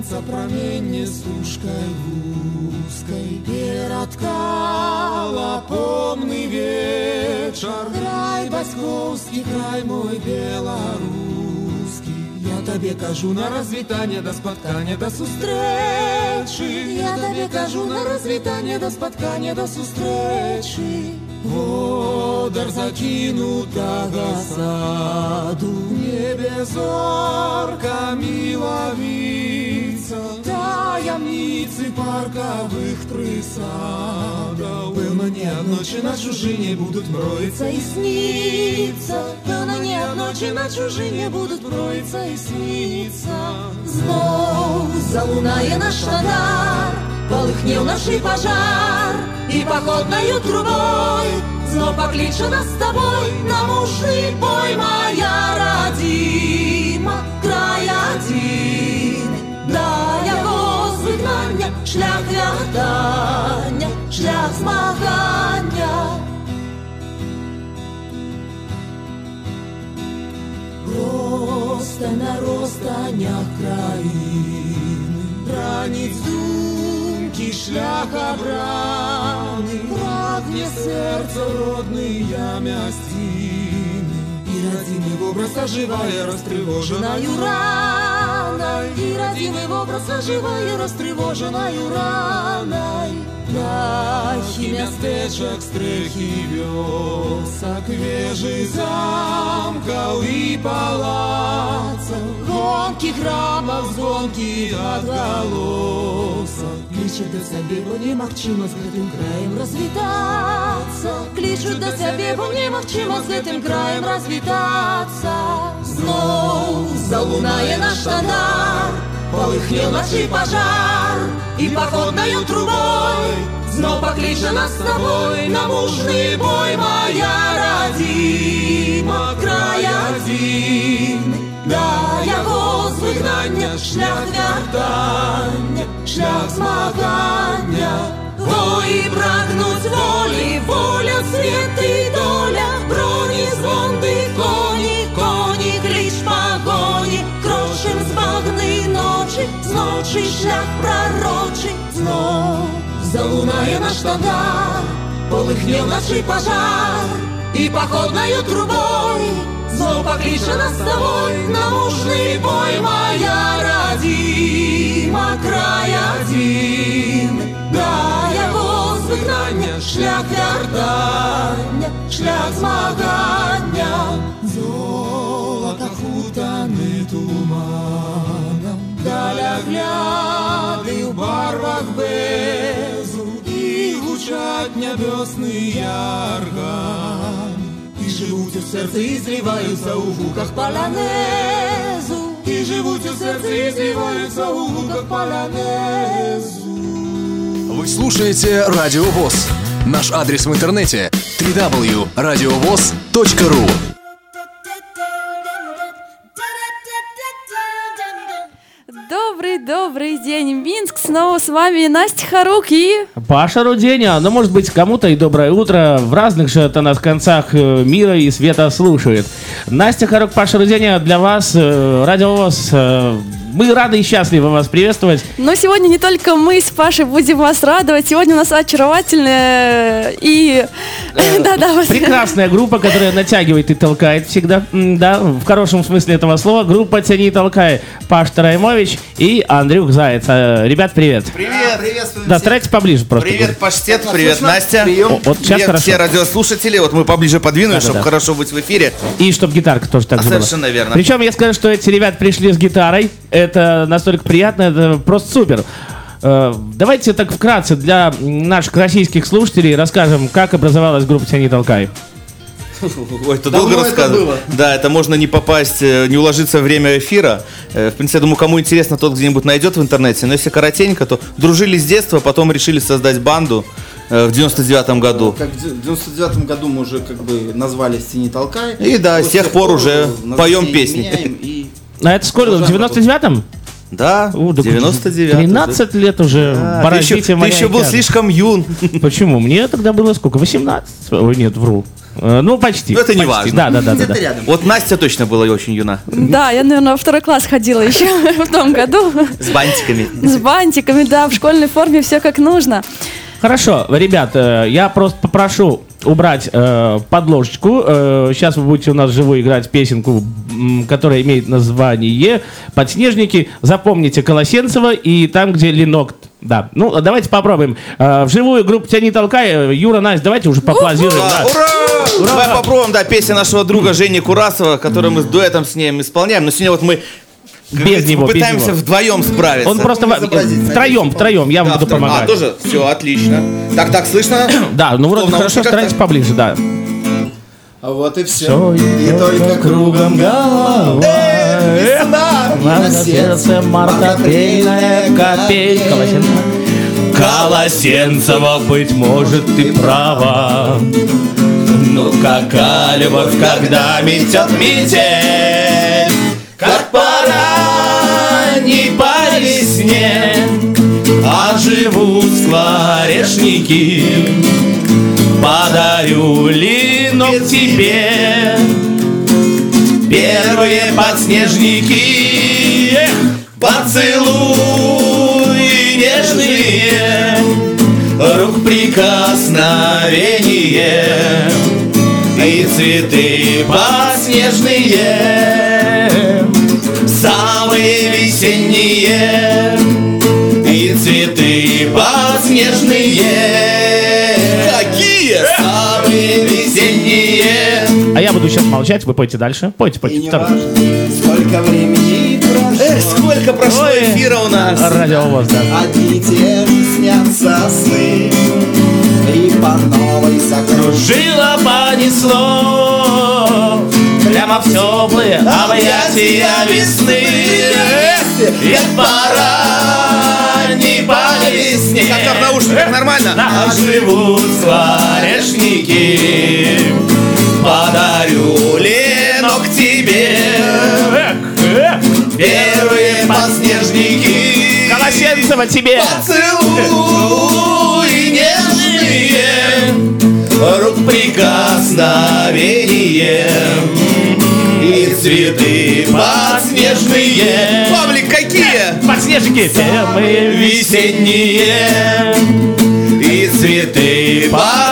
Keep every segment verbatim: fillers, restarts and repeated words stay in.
сонца праменне стужкой вузкой ператкала помны вечар. Край бацькоўскі, край мой беларускі. Я табе кажу на развітанне, да спаткання, да сустрэчы. Я табе кажу на развітанне, да спаткання, да сустрэчы. Водар закінутага саду, небе зорка мілавіца, таямніцы паркавых прысадаў. Пэўна, не аднойчы на чужыне будуць броіцца і сніцца. Пэўна, не аднойчы на чужыне будуць броіцца і сніцца. Зноў залунае наш шадар, полыхне ў нашы пажар, і паходнаю трубой знов покличе нас с тобой на мужний бой. Моя родима, край один, да його звигнання, шлях вяртання, шлях змагання. Просто на розстанях країни ранить думки, шлях обраны. Прагне сердце родные мястины, и родимый образ оживая, растревоженою раной. И родимый образ оживая, растревоженою раной. Дахи мястэчак, стрэхі вёсак, вежы замкаў і палацаў, гонкі храмаў, звонкі адгалосак. Клічуць да сябе, бо немагчыма з гэтым краем развітацца. Клічуць да сябе, бо немагчыма з гэтым краем развітацца. Зноў залунае наш шадар, полыхне ночи пожар, и походною трубой знов покличе нас с тобой на мужний бой. Моя родима, край один, да його звигнання, шлях вяртання, шлях змагання. Бої прагнуть волі, воля, світ і доля, броні, звонди, коні, коні, клич погоні, крошим з багни ночі, з ночі шлях пророчий. Знов залунає наш шадар, полыхне в нашій пожар, і походною трубой знов покличе нас з тобой на мужний бой. Моя родима, край один, да його звигнання, шлях вяртання, шлях змагання. Золото хутани туманом, далягляди в барвах безу, і гучать небесні органи. І живуть у серці, і зливаються у гуках полонезу. І живуть у серці, і зливаються у гуках полонезу. Вы слушаете Радио ВОС. Наш адрес в интернете дабл ю дабл ю дабл ю точка радиовос точка ру. Добрый-добрый день, Минск. Снова с вами Настя Харук и... Паша Руденя. Ну, может быть, кому-то и доброе утро. В разных же это на концах мира и света слушает. Настя Харук, Паша Руденя, для вас, Радио ВОС. Мы рады и счастливы вас приветствовать. Но сегодня не только мы с Пашей будем вас радовать. Сегодня у нас очаровательная и... прекрасная группа, которая натягивает и толкает всегда. Да, в хорошем смысле этого слова. Группа «Тяни и толкай». Паш Тараймович и Андрюх Заяц. Ребят, привет. Привет. Приветствую. Да, старайтесь поближе просто. Привет, Паштет, привет, Настя. О, вот сейчас привет, хорошо. Все радиослушатели. Вот мы поближе подвинули, да, чтобы да, да. хорошо быть в эфире. И чтобы гитарка тоже так а же была. Совершенно верно. Причем я скажу, что эти ребята пришли с гитарой. Это настолько приятно, это просто супер. Давайте так вкратце для наших российских слушателей расскажем, как образовалась группа «Тяни и толкай». Ой, это долго рассказывать. Да, это можно не попасть, не уложиться в время эфира. В принципе, я думаю, кому интересно, тот где-нибудь найдет в интернете. Но если коротенько, то дружили с детства, потом решили создать банду в девяносто девятом году. Как в девяносто девятом году мы уже как бы назвались «Тяни и толкай». И да, с тех пор уже поем песни. А это сколько? В девяносто девятом? Да, У, так девяносто девятый. тринадцать лет уже Да, ты паразите еще, ты моя еще был океана. слишком юн. Почему? Мне тогда было сколько? восемнадцать? Ой, нет, вру. Э, Ну, почти. Ну, это не почти. важно. Да, да, да, да, Где-то да. рядом. Вот Настя точно была очень юна. Да, я, наверное, во второй класс ходила еще в том году. С бантиками. С бантиками, да, в школьной форме все как нужно. Хорошо, ребят, э, я просто попрошу убрать э, подложечку. Э, сейчас вы будете у нас вживую играть песенку, м, которая имеет название «Подснежники». Запомните Колосенцева и там, где Ленок. Да, ну давайте попробуем. Э, вживую группу «Тяни, толкай». Юра, Настя, давайте уже поаплодируем. Да, Да. ура! Давай попробуем, да, песня нашего друга Жени Курасова, которую мы с дуэтом с ним исполняем. Но сегодня вот мы как Без говорится, него, без пытаемся него. вдвоем справиться. Он просто во- изобразить, втроем, втроем, я Да, буду второй- помогать. А, тоже? Все, отлично. Так, так, слышно? Да, ну вроде Кто в хорошо, наушниках-то? старайтесь поближе, да. А вот и все. Всё, И только кругом голова. Эй, весна, и на сердце мартапельная капель. Колосенцева, быть может, ты права. Ну какая любовь, когда метет метель, как пора не по весне, а живут скворечники. Подарю линок тебе, первые подснежники, эх, поцелуи нежные, рук прикосновение и цветы подснежные, самые весенние, и цветы подснежные. Какие? Самые весенние. А я буду сейчас молчать, вы пойте дальше. Пойте, И пойте. не Второй. важно, сколько времени прошло. Эх, сколько прошло Ой. эфира у нас. Радиовоз, да. Одни и те же снятся сны. И по новой закружу. Жило понесло прямо в теплые объятия весны. И пора не по весне. Как в наушниках, нормально? А живут скворечники. Подарю ленок тебе. Первые подснежники. Колосенцева тебе. Поцелуй нежные, рук прикосновение и цветы подснежные. Павлик, какие? Подснежники темные весенние и цветы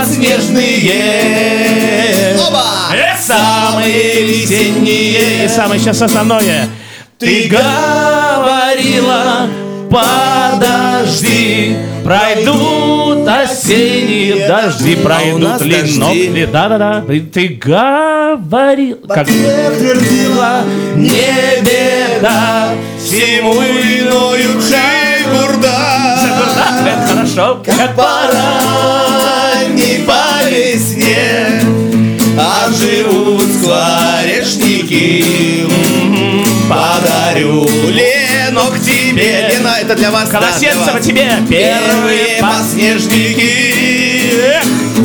подснежные. Оба! Э, самые весенние. И самое сейчас основное. Ты говорила, подожди, пройдут осенние дожди, пройдут нас ленок. дожди. ли- Да-да-да. Ты, ты говорила, как Твердила, не беда, всему иною Бурда! это хорошо. Как пора не по весне, а живут скворечники. Подарю ленок тебе. Лена, это для вас. да, для Колосенцева вас. тебе первые подснежники. Эх,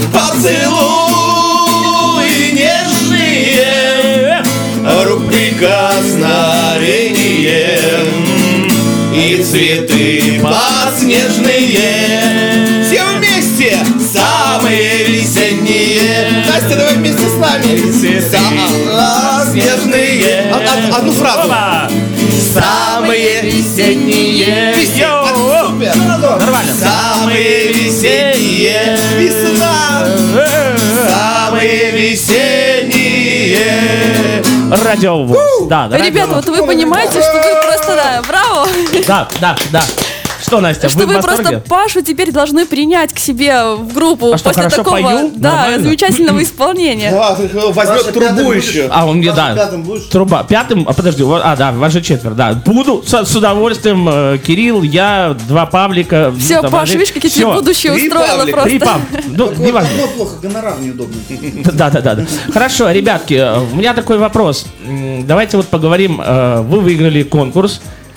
поцелуй нежные, рук прикосновение и цветы подснежные. Все вместе. Самые весенние. Настя, давай вместе с нами. Цветы подснежные. Од- од- Одну фразу. Опа. Самые весенние. Весенние. Йоу. Супер. Нормально. Самые весенние. Весна. Самые весенние. Радиовоз. Да, да, Ребята, вот вы понимаете, что вы просто, да, браво, Да, да, да. Что, Настя, что вы в вы просто восторге? Пашу теперь должны принять к себе в группу А что, после хорошо такого, пою? да, Нормально? замечательного исполнения. Да, возьмет Паша, трубу пятым еще. будешь? А, он мне, Паша, да. пятым будешь? Труба. Пятым? А, подожди, вот- а, да, вас же четверо, да. Буду с, с удовольствием. э, Кирилл, я, два Павлика. Все, ну, там, Паш, Андрей. видишь, как я тебе Всё. будущее Три устроила Павлика, просто. Три пап. Ну, Вот неважно. одно плохо, гонорар неудобный. Да, да, да, да. Хорошо, ребятки, э, у меня такой вопрос. М, Давайте вот поговорим. э, Вы выиграли конкурс.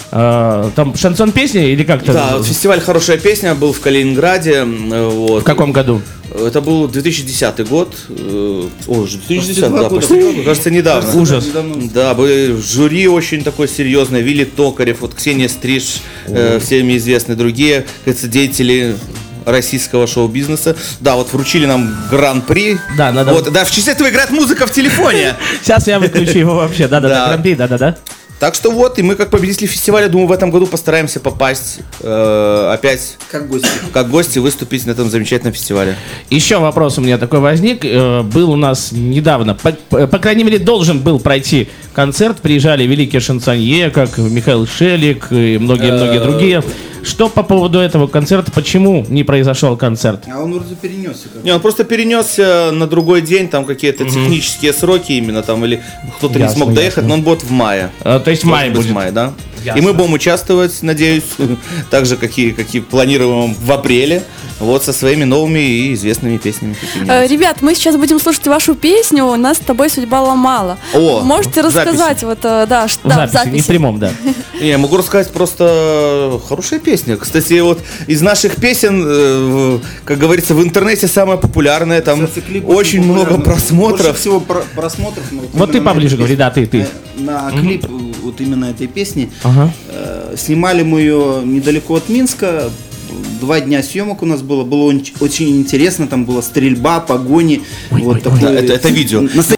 э, там шансон песни или как-то? Да, вот фестиваль «Хорошая песня» был в Калининграде. Вот. В каком году? Это был две тысячи десятый год. О, две тысячи десятый, да, почти, кажется, недавно. Ужас. Да, были жюри очень такое серьезное. Вилли Токарев, вот Ксения Стриж, э, всеми известные другие, кажется, деятели российского шоу-бизнеса. Да, вот вручили нам гран-при. Да, надо... Вот, да, в честь этого играет музыка в телефоне. Сейчас я выключу его вообще. Да-да-да, гран-при, да-да-да. Так что вот, и мы как победители фестиваля, думаю, в этом году постараемся попасть э, опять Как гости. как гости выступить на этом замечательном фестивале. Еще вопрос у меня такой возник. Э, Был у нас недавно, по, по- по крайней мере, должен был пройти концерт. Приезжали великие шансонье, как Михаил Шелик и многие-многие другие. Что по поводу этого концерта? Почему не произошел концерт? А он вроде перенесся. Как Не, он просто перенесся на другой день, там какие-то технические сроки именно там, или кто-то не Ясно, смог доехать, ясно. но он будет в мае. Э, То есть в Может мае быть, будет. в мае, да. Ясно. И мы будем участвовать, надеюсь, так же, как и, как и планируем в апреле, вот со своими новыми и известными песнями. Э, Ребят, мы сейчас будем слушать вашу песню «Нас с тобой судьба ломала». О, Можете в рассказать, записи. вот, э, да, ш- В да, в записи, не в записи. прямом, да. Не, я могу рассказать просто хорошая песня. Кстати, вот из наших песен, э, как говорится, в интернете самая популярная, там Кстати, клип очень много популярный. просмотров. Больше всего про- просмотров. ну, Вот ты именно на поближе этой говори, да, ты, ты. песне. На клип вот именно этой песни. Ага. Э, Снимали мы ее недалеко от Минска. Два дня съемок у нас было. Было он- очень интересно. Там была стрельба, погони. Вот такое- Да, это- это видео. Настоящее.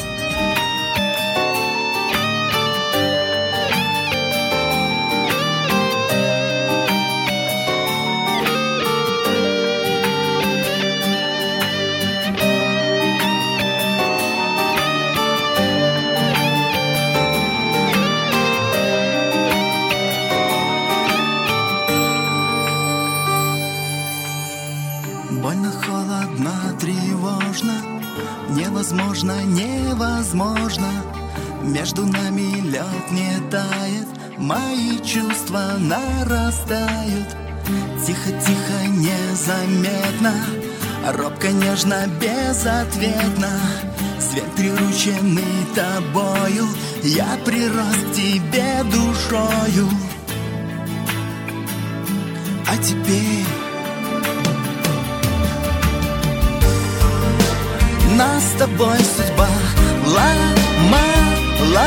Больно, холодно, тревожно, невозможно, невозможно. Между нами лед не тает, мои чувства нарастают. Тихо-тихо, незаметно, робко, нежно, безответно. Свет прирученный тобою, я прирос к тебе душою. А теперь нас с тобой судьба ломала.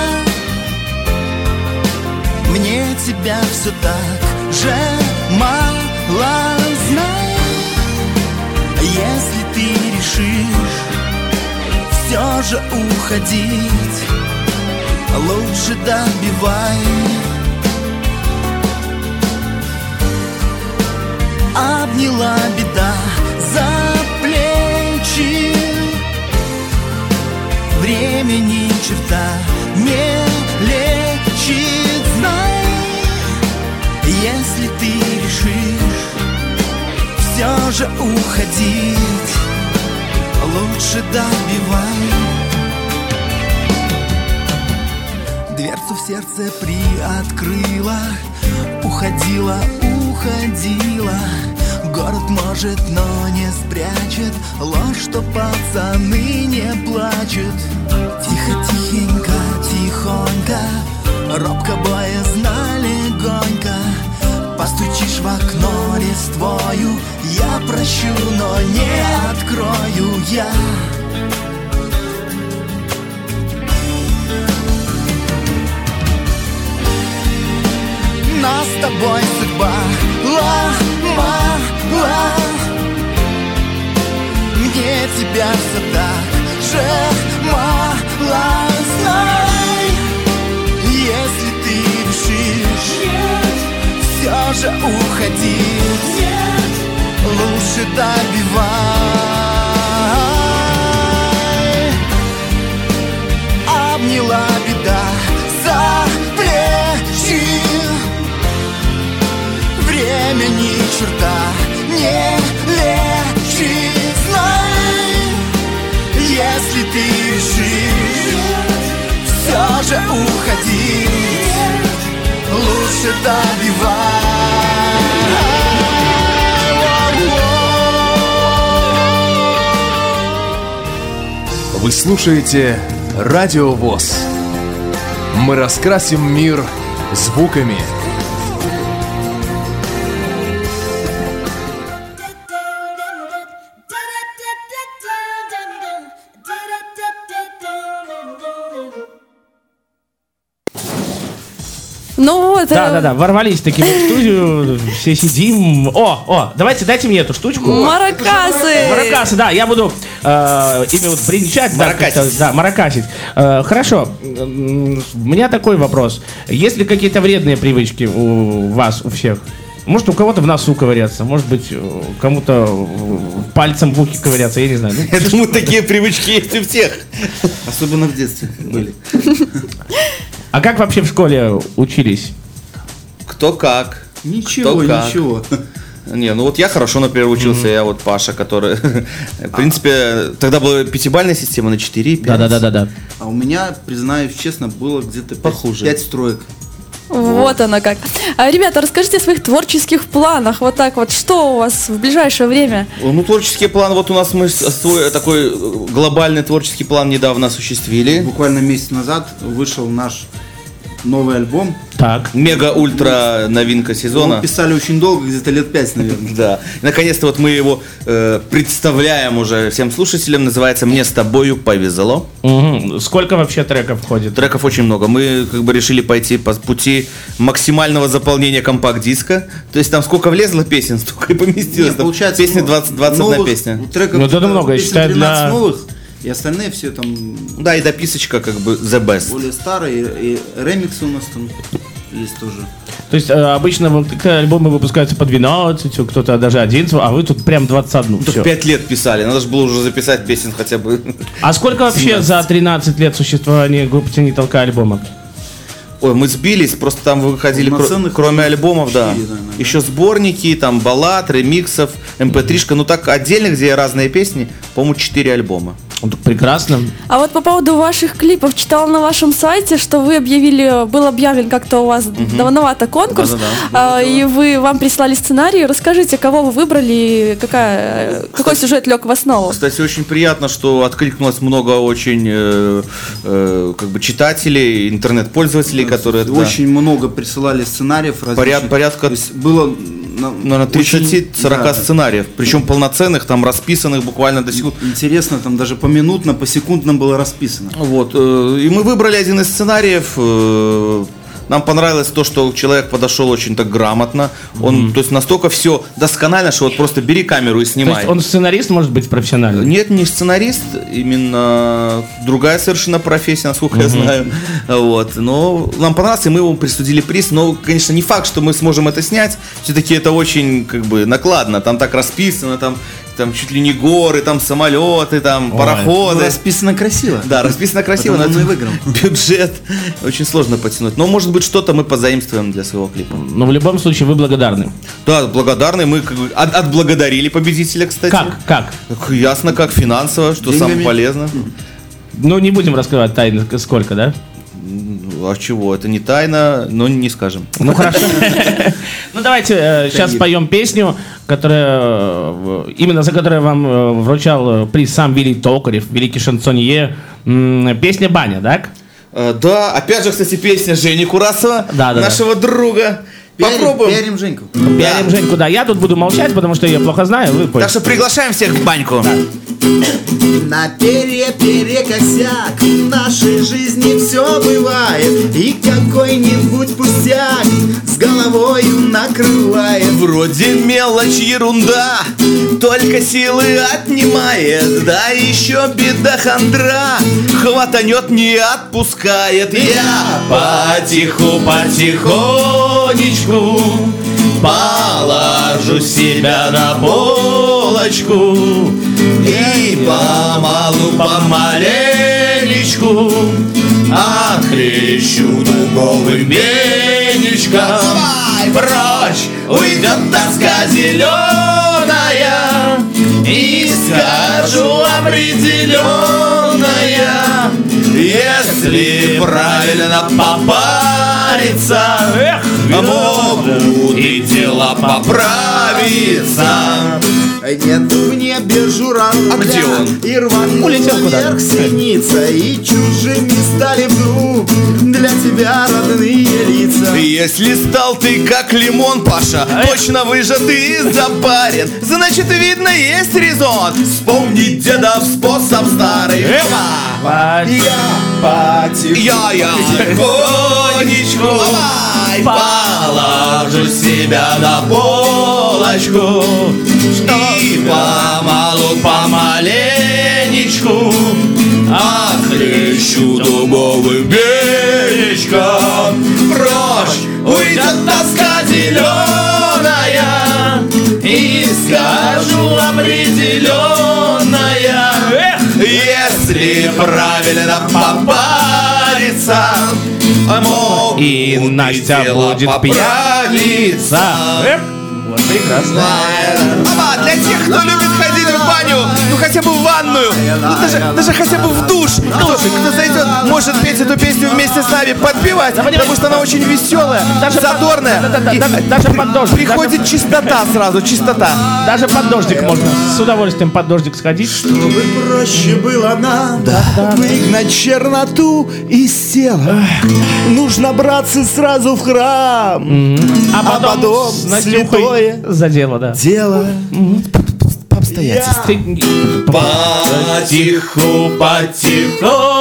Мне тебя все так же мало. Знай, если ты решишь все же уходить, лучше добивай. Обняла беда за плечи, время ни черта не лечит. Знай, если ты решишь все же уходить, лучше добивай. Дверцу в сердце приоткрыла, уходила, уходила. Город может, но не спрячет ложь, что пацаны не плачут. Тихо, тихенько, тихонько, робко, боязно, легонько. Постучишь в окно листвою, я прощу, но не открою я. Нас с тобой судьба ломала. Мне тебя все так же мало. Знай, если ты решишь все же уходить, лучше добивай. Обняла беда за плечи, время ни черта не лечит. Знай, если ты решишь все же уходить, лучше добивай. Вы слушаете Радио ВОС. Мы раскрасим мир звуками это... Да-да-да, ворвались таки в студию, все сидим. О, о, давайте, дайте мне эту штучку. Маракасы! Маракасы, да, я буду э, ими вот бренчать. Маракасить. Да, да, маракасить. Э, хорошо, М, у меня такой вопрос. Есть ли какие-то вредные привычки у вас, у всех? Может, у кого-то в носу ковыряться, может быть, кому-то пальцем в ухе ковыряться, я не знаю. Ну, Я думаю, такие привычки есть у всех. Особенно в детстве были. а как вообще в школе учились? Кто как. Ничего, Кто как. ничего. Не, ну вот я хорошо, например, учился, я вот Паша, который... В принципе, тогда была пятибалльная система на четыре, пять. Да-да-да-да. А у меня, признаюсь честно, было где-то Похуже. пять строек. Вот оно как. А, ребята, расскажите о своих творческих планах. Вот так вот, что у вас в ближайшее время? Ну, творческий план, вот у нас мы свой такой глобальный творческий план недавно осуществили. Буквально месяц назад вышел наш новый альбом. Так. Мега-ультра новинка сезона. Его писали очень долго, где-то лет пять, наверное. Да. И, наконец-то вот мы его э, представляем уже всем слушателям. Называется «Мне с тобою повезло». Угу. Сколько вообще треков входит? Треков очень много. Мы как бы решили пойти по пути максимального заполнения компакт-диска. То есть там сколько влезло песен, столько и поместилось. Нет, Там получается, песни ну, двадцать, двадцать одна новых песня. Треков, Ну, это много, я песен считаю, тринадцать для- новых, и остальные все там Да, и дописочка как бы the best. более старые, и ремиксы у нас там есть тоже. То есть э, обычно вот как-то альбомы выпускаются по двенадцать, кто-то даже одиннадцать, а вы тут прям двадцать один. Тут Всё. пять лет писали, надо же было уже записать песен хотя бы. А сколько вообще за тринадцать лет существования группы «Тяни толка» альбомов? Ой, мы сбились, просто там выходили, кро- Полноценных кроме альбомов, да, четыре, наверное, да. еще сборники, там баллад, ремиксов, эм пэ три-шка, ну так отдельно, где разные песни, по-моему, четыре альбома. Ну, так прекрасно. А вот по поводу ваших клипов, читала на вашем сайте, что вы объявили, был объявлен как-то у вас давновато конкурс, Да-да-да. а, и вы вам прислали сценарий. Расскажите, кого вы выбрали, и какая, какой сюжет лег в основу? Кстати, очень приятно, что откликнулось много очень э, э, как бы читателей, интернет-пользователей, которые... да, Очень много присылали сценариев различных. Поряд- порядка- То есть было на- наверное, тридцать-сорок да, сценариев, причем полноценных, там расписанных буквально до сих. интересно, там даже поминутно, посекундно было расписано. Вот, э, и мы выбрали один из сценариев. э, Нам понравилось то, что человек подошел очень так грамотно. Он, то есть, настолько все досконально, что вот просто бери камеру и То снимай. есть он сценарист может быть профессиональный? Нет, не сценарист, именно другая совершенно профессия, насколько я знаю. Вот. Но нам понравилось, и мы ему присудили приз. Но, конечно, не факт, что мы сможем это снять. Все-таки это очень как бы накладно. Там так расписано, там, там чуть ли не горы, там самолеты, там Ну, пароходы. расписано красиво. Да, расписано красиво, но Потому он это и выиграл. бюджет очень сложно потянуть. Но, может быть, что-то мы позаимствуем для своего клипа. Но в любом случае вы благодарны. Да, благодарны. Мы как бы от- отблагодарили победителя, кстати. Как? Как? Так, ясно, как финансово, что Деньгами. самое полезно. Ну, не будем раскрывать тайны, сколько, да? А чего? Это не тайна, но не скажем. Ну, хорошо. Ну, давайте э, сейчас споем песню, которая, э, именно за которую вам э, вручал э, приз сам Вилли Токарев, великий шансонье. М, Песня «Баня», так? Э, Да, опять же, кстати, песня Жени Курасова, Да, да, нашего друга. Пиарим, Попробуем. пиарим Женьку. Пиарим Женьку, да. Я тут буду молчать, потому что я плохо знаю. Вы Так пойте. что приглашаем всех в баньку. На перья перекосяк в нашей жизни все бывает, и какой-нибудь пустяк с головою накрывает. Вроде мелочь, ерунда, только силы отнимает. Да еще беда хандра, хватанет, не отпускает. Я потиху, потихонечку положу себя на полочку и помалу, помаленечку отхлещу дубовым веничком. Прочь уйдет тоска зеленая, и скажу определенная: если правильно попариться, эх, могут и дела поправиться. Нет в небе журавля, А где он? и рванул Улетел куда-то. вверх синица, и чужими стали вдруг для тебя родные лица. Если стал ты как лимон, Паша, точно выжатый и запарен, значит, видно, есть резон вспомнить дедов способ старый. Ба- Я потихонечку, Я, я, тихонечку Ай, положу себя на полочку и помалу помаленечку отхлещу дубовым бережком. Прочь уйдет тоска зеленая, и скажу определенная: если правильно попариться, могут И Настя будет поправиться. Вот прекрасно. Ага, для тех, кто любит ходить в баню, ну хотя бы в ванную, ну, даже, даже хотя бы в душ, кто, кто зайдет, может петь эту песню вместе с нами, подпевать, потому что она очень веселая, даже задорная, и Даже под дождик. приходит чистота сразу, чистота. Даже под дождик можно. С удовольствием под дождик сходить. Чтобы проще было нам выгнать черноту из тела, нужно браться сразу в храм, А а потом потом с Настюхой святое за дело, да. дело. Ты- Потиху, потиху,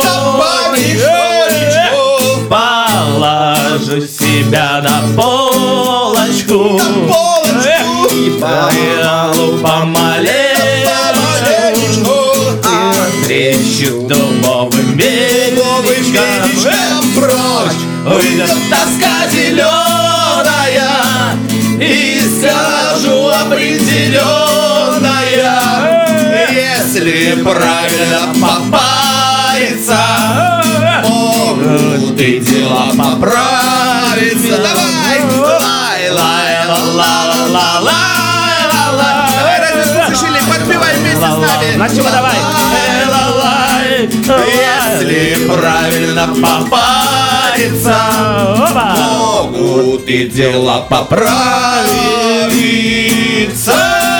Положу себя на полочку, и помалу помаленечку трещу дубовым бережком. прочь Уйдет тоска зеленая, и скажу определенная: если правильно попариться, могут и дела поправиться. Давай, лай, лай, ла, ла, ла, ла, ла, ла. Давай, разве слышали, подпевай вместе с нами. Настюха, давай. Если правильно попариться, могут и дела поправиться.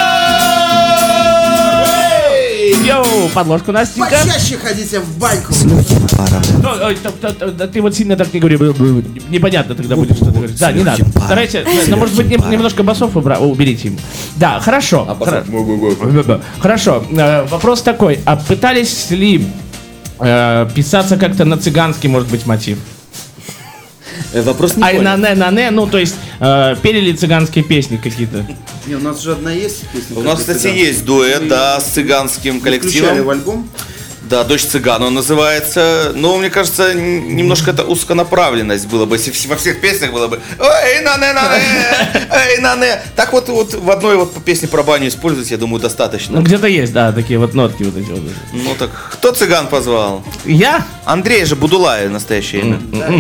Йоу, подложку, Настенька. Почаще ходите в баньку. Ну, ой, т- т- т- ты вот сильно так не говори, непонятно тогда будет, что ты говоришь. Да, не надо. Старайся, ну, может быть, нем- немножко басов убра- уберите им. Да, хорошо. Хра- Хорошо. Э, Вопрос такой, а пытались ли э, писаться как-то на цыганский, может быть, мотив? Вопрос не Ай, на не, на не, ну, то есть, э, пели ли цыганские песни какие-то? Не, у нас же одна есть песня. У нас, кстати, есть дуэт, да, с цыганским Включали коллективом. в альбом. Да, «Дочь цыган» он называется. Но, мне кажется, н- немножко это узконаправленность было бы, если вс- во всех песнях было бы «Эй, на-не, на-не, эй, на-не». Так вот, вот в одной вот песне про баню использовать, я думаю, Ну, достаточно. где-то есть, да, такие вот нотки вот эти вот. Ну так, кто цыган позвал? Я? Андрей же Будулай, настоящее имя.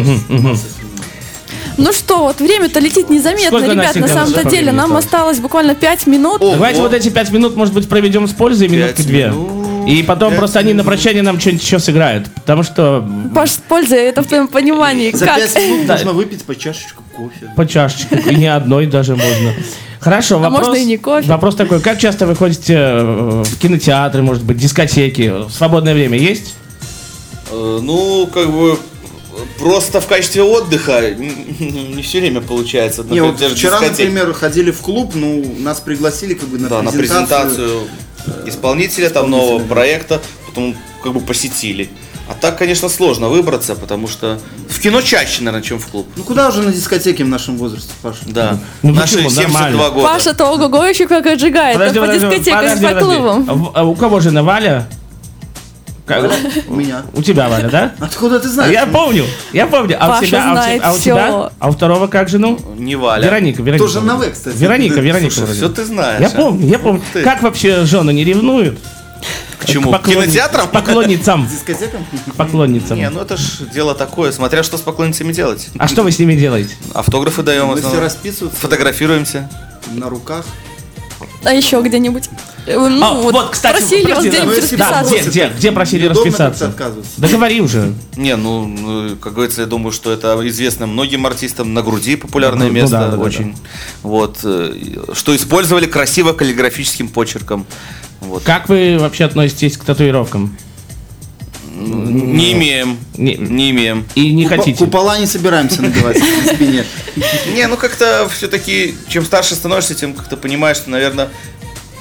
Ну что, вот время-то летит незаметно, Сколько, ребят, Настенька, на самом-то у нас деле. времени Нам осталось? осталось буквально пять минут. О, Давайте Ого. вот эти пять минут, может быть, проведем с пользой, минутки Пять две. минут, И потом просто они на прощание нам что-нибудь еще сыграют. Потому что Паш, с пользой, это в твоем понимании. За Как? пять минут Да. можно выпить по чашечку кофе. по чашечке, и не одной даже можно. Хорошо, вопрос, можно и не кофе. вопрос такой. Как часто вы ходите э, в кинотеатры, может быть, дискотеки? Свободное время есть? Э, Ну, как бы, просто в качестве отдыха не все время получается. Не, Например, вот те же вчера, дискотеки. например, ходили в клуб, ну, нас пригласили как бы на Да, на презентацию. презентацию исполнителя там нового проекта, потом как бы посетили. А так, конечно, сложно выбраться, потому что в кино чаще, наверное, чем в клуб. Ну, куда уже на дискотеке в нашем возрасте, Паша? Да. Ну, Наши почему? семьдесят два Нормально. года. Паша-то ого-го еще как отжигает. Подожди, по подожди, дискотекам, подожди, по подожди. клубам. В- а у кого жена Валя? Как? У меня. У тебя Валя, да? Откуда ты знаешь? Я помню, я помню. А у Паша тебя, а у знает тебя, а у тебя, всё. а у второго как жену? Не Валя. Вероника, Вероника. Тоже на «В», кстати. Вероника, Вероника. Слушай, вроде. все ты знаешь. Я а? помню, я помню. Ух ты. Как вообще жены не ревнуют? К чему? К поклонни- кинотеатрам? К поклонницам. Дискотекам? К поклонницам. Не, ну это ж дело такое, смотря что с поклонницами делать. А что вы с ними делаете? Автографы даем, в Мы все основном. расписываются Фотографируемся. на руках. А еще где-нибудь? Э, Ну, А, вот, кстати, просили вас прости, да, где-нибудь ну, если Да, расписаться. где, где, где просили Неудобно расписаться? как-то отказываться. Да говори уже. Не, ну, ну, как говорится, я думаю, что это известно многим артистам. На груди популярное Ну, ну место да, да, да, очень. Вот. э, Что использовали красиво каллиграфическим почерком. Вот. Как вы вообще относитесь к татуировкам? Не имеем. Не, Не имеем. и не Купа- хотите? Купола не собираемся надевать на спине. Не, ну как-то все-таки, чем старше становишься, тем как-то понимаешь, что, наверное,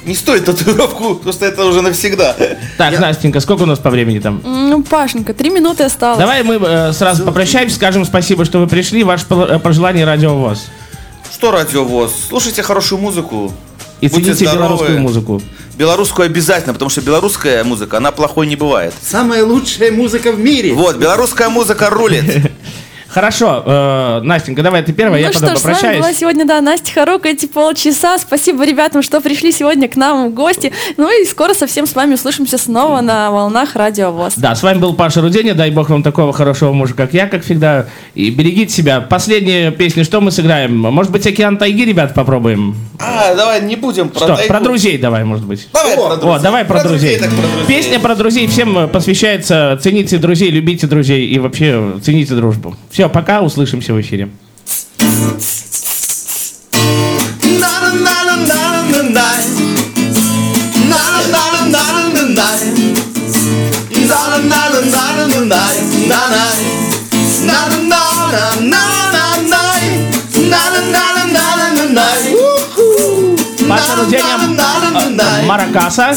Не стоит татуировку, потому что это уже навсегда. Так, Я... Настенька, сколько у нас по времени там? Ну, Пашенька, три минуты осталось. Давай мы э, сразу Все. попрощаемся, скажем спасибо, что вы пришли. Ваше пожелание Радио ВОС. Что Радио ВОС? Слушайте хорошую музыку. И цените белорусскую музыку. Белорусскую обязательно, потому что белорусская музыка, она плохой не бывает. Самая лучшая музыка в мире. Вот, белорусская музыка рулит. Хорошо, э, Настенька, давай ты первая, ну я потом попрощаюсь. попрощаюсь. Ну что ж, с вами была сегодня, да, Настя Харук, эти полчаса. Спасибо ребятам, что пришли сегодня к нам в гости. Ну и скоро совсем с вами услышимся снова на волнах Радио ВОС. Да, с вами был Паша Руденя. Дай бог вам такого хорошего мужа, как я, как всегда. И берегите себя. Последняя песня, что мы сыграем? Может быть, «Океан тайги», ребят, попробуем? А, давай не будем про Что, тайгу. Про друзей давай, может быть. Давай О, про друзей. О, давай про, про друзей. друзей, про друзей. Песня про друзей всем посвящается. Цените друзей, любите друзей и вообще цените дружбу. Все, пока, услышимся в эфире. Паша Руденя, Маракаса.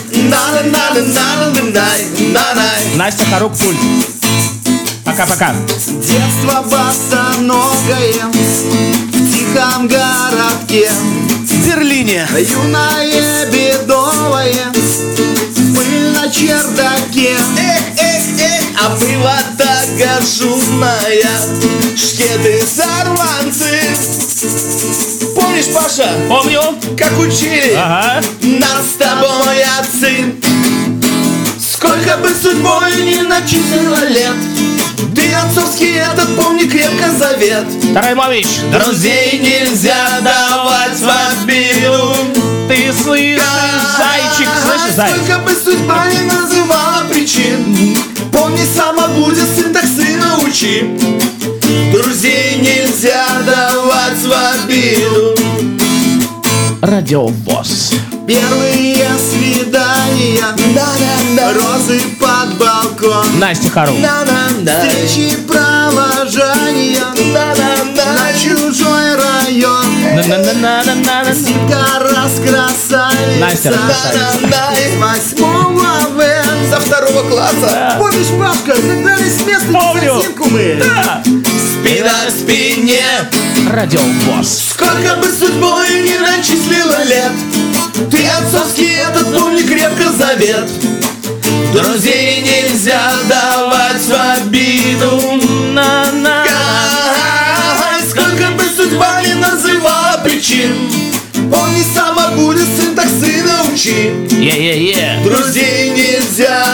Настя Харук, пульт. Пока-пока. Детство босоногое в тихом городке, в Берлине. Юное бедовое, пыль на чердаке. Эх, эх, эх, а было так шумная, шкеты сорванцы. Помнишь, Паша? Помню. Как учили ага. нас с тобой отцы. Сколько бы судьбой не начислила лет, ты отцовский этот помни крепко завет. Тараймович, друзей нельзя давать в обиду. Ты слышишь, зайчик, слышишь, зайчик? Сколько бы судьба не называла причин, помни, сама будет сын, так сына учи. Друзей нельзя давать в обиду. Радио ВОС. Первые свидания, да-да-да. Розы под балкон, Настя Харук. встречи, провожания, да-да-да. На чужой район, Сигара с красавицей, Настя, с восьмого В, со второго класса. Помнишь, Пашка, когда с места десятинку мы? Да. Спина к спине. Радио ВОС. Сколько бы судьбой не начислила лет, ты отцовский этот помни крепко завет. Друзей нельзя давать в обиду. На-на. Сколько бы судьба не называла причин, помни, сама будет сын, так сына учи. Е-е-е.